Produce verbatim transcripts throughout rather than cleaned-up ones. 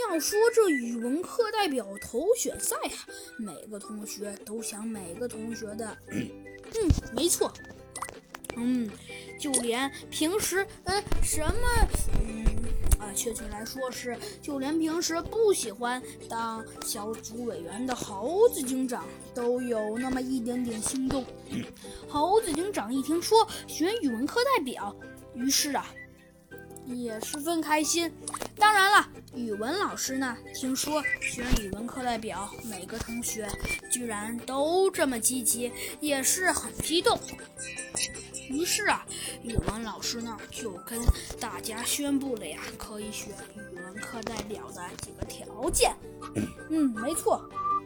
要说这语文课代表投选赛啊，每个同学都想每个同学的，嗯，没错，嗯，就连平时呃什么，嗯啊，确切来说是，就连平时不喜欢当小组委员的猴子警长都有那么一点点心动。猴子警长一听说选语文课代表，于是啊，也十分开心。当然了，语文老师呢，听说选语文课代表，每个同学居然都这么积极，也是很激动。于是啊，语文老师呢就跟大家宣布了呀，可以选语文课代表的几个条件。嗯，没错，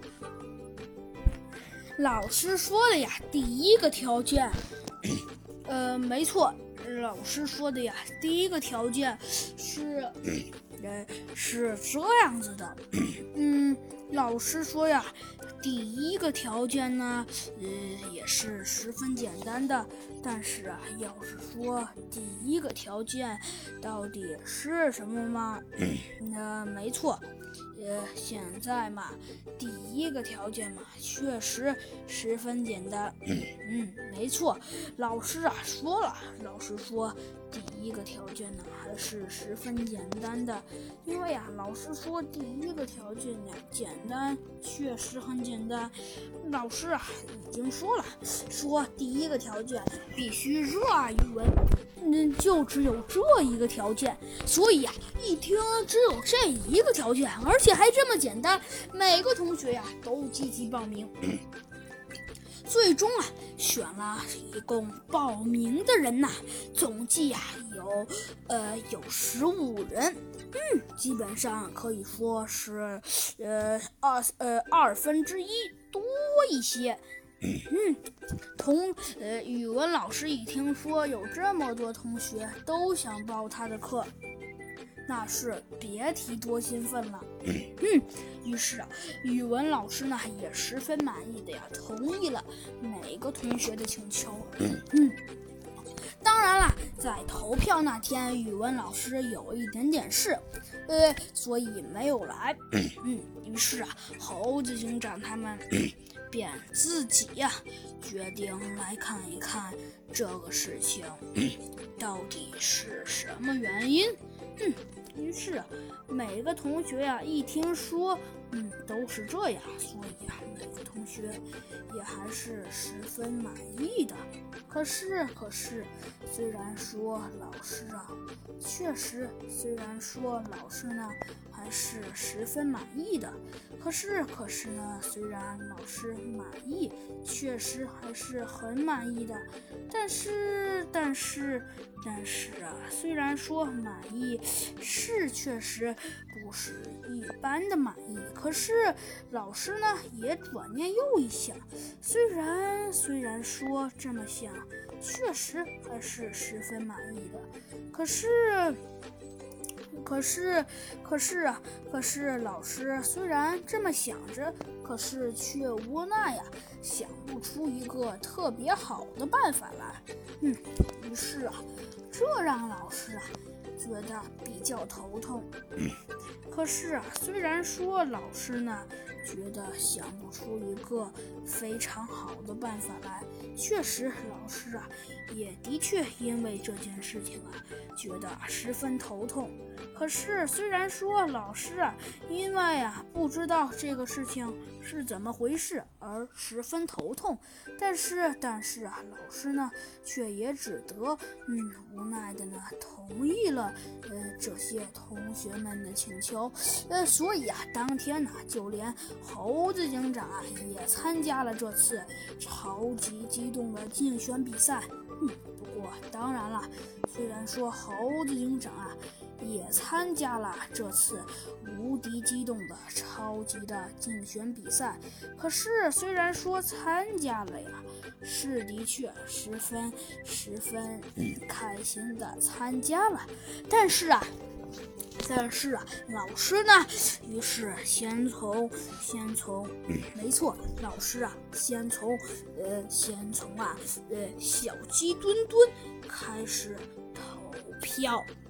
老师说了呀，第一个条件，呃，没错，老师说的呀，第一个条件是，呃，是这样子的，嗯，老师说呀，第一个条件呢，呃，也是十分简单的，但是啊，要是说第一个条件到底是什么吗？那没错。呃，现在嘛，第一个条件嘛，确实十分简单。嗯，没错，老师啊说了，老师说第一个条件呢还是十分简单的，因为呀、啊，老师说第一个条件呢简单，确实很简单。老师啊已经说了，说第一个条件必须热爱语文。嗯，就只有这一个条件，所以呀、啊，一听只有这一个条件，而且还这么简单，每个同学呀都积极报名。最终啊，选了一共报名的人呐、啊，总计呀、啊、有呃有十五人，嗯，基本上可以说是呃二呃二分之一多一些。嗯，同呃语文老师一听说有这么多同学都想报他的课，那是别提多兴奋了。嗯，于是啊，语文老师呢也十分满意的呀，同意了每个同学的请求。嗯，当然了，在投票那天，语文老师有一点点事，呃，所以没有来。嗯，于是啊，猴子警长他们便自己呀、啊、决定来看一看这个事情到底是什么原因。嗯，于是每个同学呀、啊、一听说嗯都是这样，所以呀、啊、每个同学也还是十分满意的。可是可是虽然说老师啊确实虽然说老师呢还是十分满意的，可是可是呢虽然老师满意，确实还是很满意的，但是但是但是啊虽然说满意是确实不是一般的满意，可是老师呢也转念又一想，虽然虽然说这么想确实还是十分满意的，可是可是可是啊可是老师虽然这么想着，可是却无奈呀想不出一个特别好的办法来。嗯，于是啊这让老师啊觉得比较头痛。可是啊虽然说老师呢觉得想不出一个非常好的办法来，确实老师啊也的确因为这件事情啊觉得十分头痛。可是虽然说老师啊因为啊不知道这个事情是怎么回事而十分头痛，但是但是啊老师呢却也只得嗯无奈的呢同意了呃这些同学们的请求。呃所以啊当天呢就连猴子警长啊也参加了这次超级激动的竞选比赛。嗯，不过当然了，虽然说猴子警长啊也参加了这次无敌激动的超级的竞选比赛，可是虽然说参加了呀，是的确十分十分开心的参加了，但是啊但是啊，老师呢？于是先从先从，没错，老师啊，先从呃，先从啊，呃，小鸡墩墩开始投票。